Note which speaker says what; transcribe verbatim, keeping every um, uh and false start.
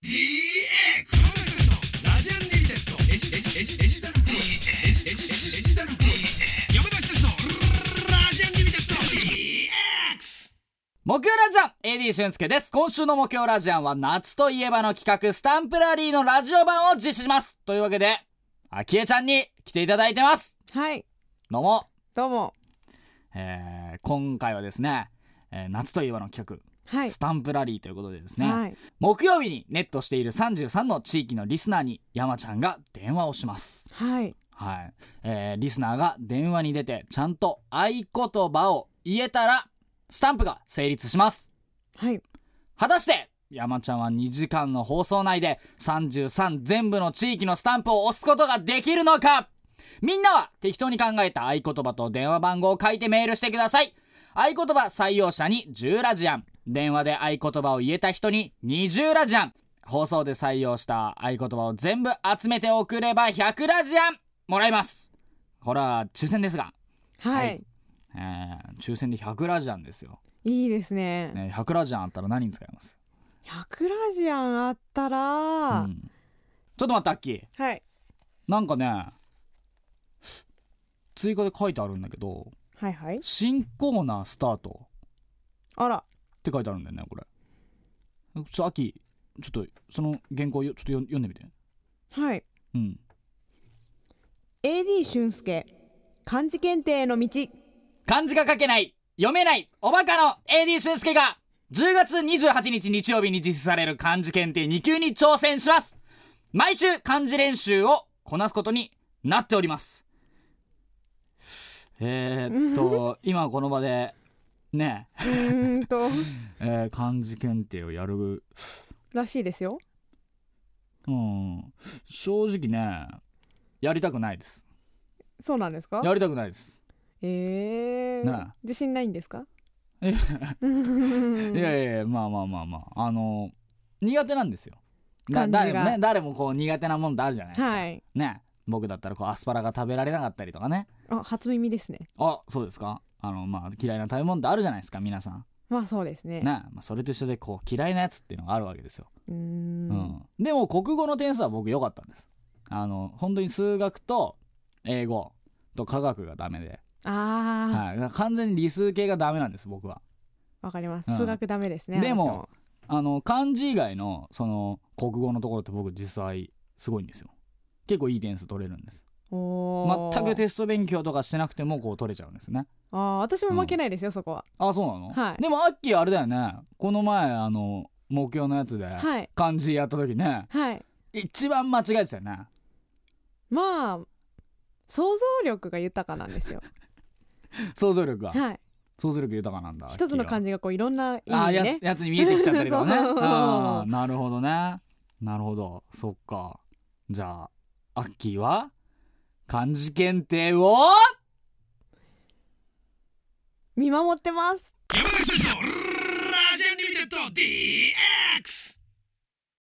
Speaker 1: ディーエックス ラジアンリミテッドデジデジデジデジタルクロスデジデジデジデジタルクロス山田久志のラジアンリミテッド ディーエックス。
Speaker 2: 木曜ラジアン エーディー 俊介です。今週の木曜ラジアンは夏といえばの企画スタンプラリーのラジオ版を実施します。というわけであきえちゃんに来ていただいてます。
Speaker 3: はい、
Speaker 2: どうも
Speaker 3: どうも。
Speaker 2: えー、今回はですね、えー、夏といえばの企画、
Speaker 3: はい、
Speaker 2: スタンプラリーということでですね、
Speaker 3: はい、
Speaker 2: 木曜日にネットしているさんじゅうさんの地域のリスナーに山ちゃんが電話をします。
Speaker 3: はい、
Speaker 2: はい、えー、リスナーが電話に出てちゃんと合言葉を言えたらスタンプが成立します。
Speaker 3: はい。
Speaker 2: 果たして山ちゃんはにじかんの放送内でさんじゅうさん全部の地域のスタンプを押すことができるのか。みんなは適当に考えた合言葉と電話番号を書いてメールしてください。合言葉採用者にじゅうラジアン、電話で合言葉を言えた人ににじゅうラジアン、放送で採用した合言葉を全部集めて送ればひゃくラジアンもらえます。これは抽選ですが、
Speaker 3: はい、
Speaker 2: はい、えー、抽選でひゃくラジアンですよ。
Speaker 3: いいですね。
Speaker 2: ね、ひゃくラジアンあったら何に使います？
Speaker 3: ひゃくラジアンあったら、
Speaker 2: うん、ちょっと待ってアッキー、
Speaker 3: はい、
Speaker 2: なんかね追加で書いてあるんだけど、
Speaker 3: はいはい、
Speaker 2: 新コーナースタート
Speaker 3: あら
Speaker 2: って書いてあるんだよね。これちょアッキー、ちょっとその原稿よちょっと読んでみて。
Speaker 3: はい。
Speaker 2: うん。
Speaker 3: エーディー 俊介漢字検定の道。
Speaker 2: 漢字が書けない読めないおバカの エーディー 俊介がじゅうがつにじゅうはちにち日曜日に実施される漢字検定に級に挑戦します。毎週漢字練習をこなすことになっております。えー、っと今この場でね
Speaker 3: うーんと、
Speaker 2: えー、漢字検定をやる
Speaker 3: らしいですよ。
Speaker 2: うん、正直ねやりたくないです。
Speaker 3: そうなんですか？
Speaker 2: やりたくないです。
Speaker 3: えー、
Speaker 2: ね、
Speaker 3: 自信ないんですか？
Speaker 2: いやいやいや、まあまあまあまあ、あの苦手なんですよ。だ誰もね、誰もこう苦手なもんってあるじゃないですか。はい、ね、僕だったらこうアスパラが食べられなかったりとかね。
Speaker 3: あ、初耳ですね。
Speaker 2: あ、そうですか。あのまあ嫌いな食べ物ってあるじゃないですか、皆さん。
Speaker 3: まあそうですね。
Speaker 2: ね、まあ、それと一緒でこう嫌いなやつっていうのがあるわけですよ。
Speaker 3: うーん、
Speaker 2: うん、でも国語の点数は僕良かったんです。あの本当に数学と英語と科学がダメで、
Speaker 3: あ、
Speaker 2: はい、完全に理数系がダメなんです僕は。
Speaker 3: わかります、
Speaker 2: うん、
Speaker 3: 数学ダメですね。
Speaker 2: でもあの漢字以外のその国語のところって僕実際すごいんですよ。結構いい点数取れるんです。
Speaker 3: お
Speaker 2: 全くテスト勉強とかしてなくてもこう取れちゃうんですね。
Speaker 3: あ、私も負けないですよ、うん、そこは。
Speaker 2: あ、そうなの？
Speaker 3: はい、
Speaker 2: でもアッキーあれだよね、この前あの目標のやつで漢字やった時ね、
Speaker 3: はい、
Speaker 2: 一番間違えてたよね。
Speaker 3: まあ想像力が豊かなんですよ
Speaker 2: 想像力が、
Speaker 3: はい、
Speaker 2: 想像力豊かなんだ。
Speaker 3: 一つの漢字がこういろんな意味でね、
Speaker 2: あや、やつに見えてきちゃったりとかね
Speaker 3: そう
Speaker 2: あ、なるほどね、なるほど、そっか。じゃあアッキーは漢字検定を
Speaker 3: 見守ってます。
Speaker 1: 山田久志のラジアンリミテッド ディーエックス。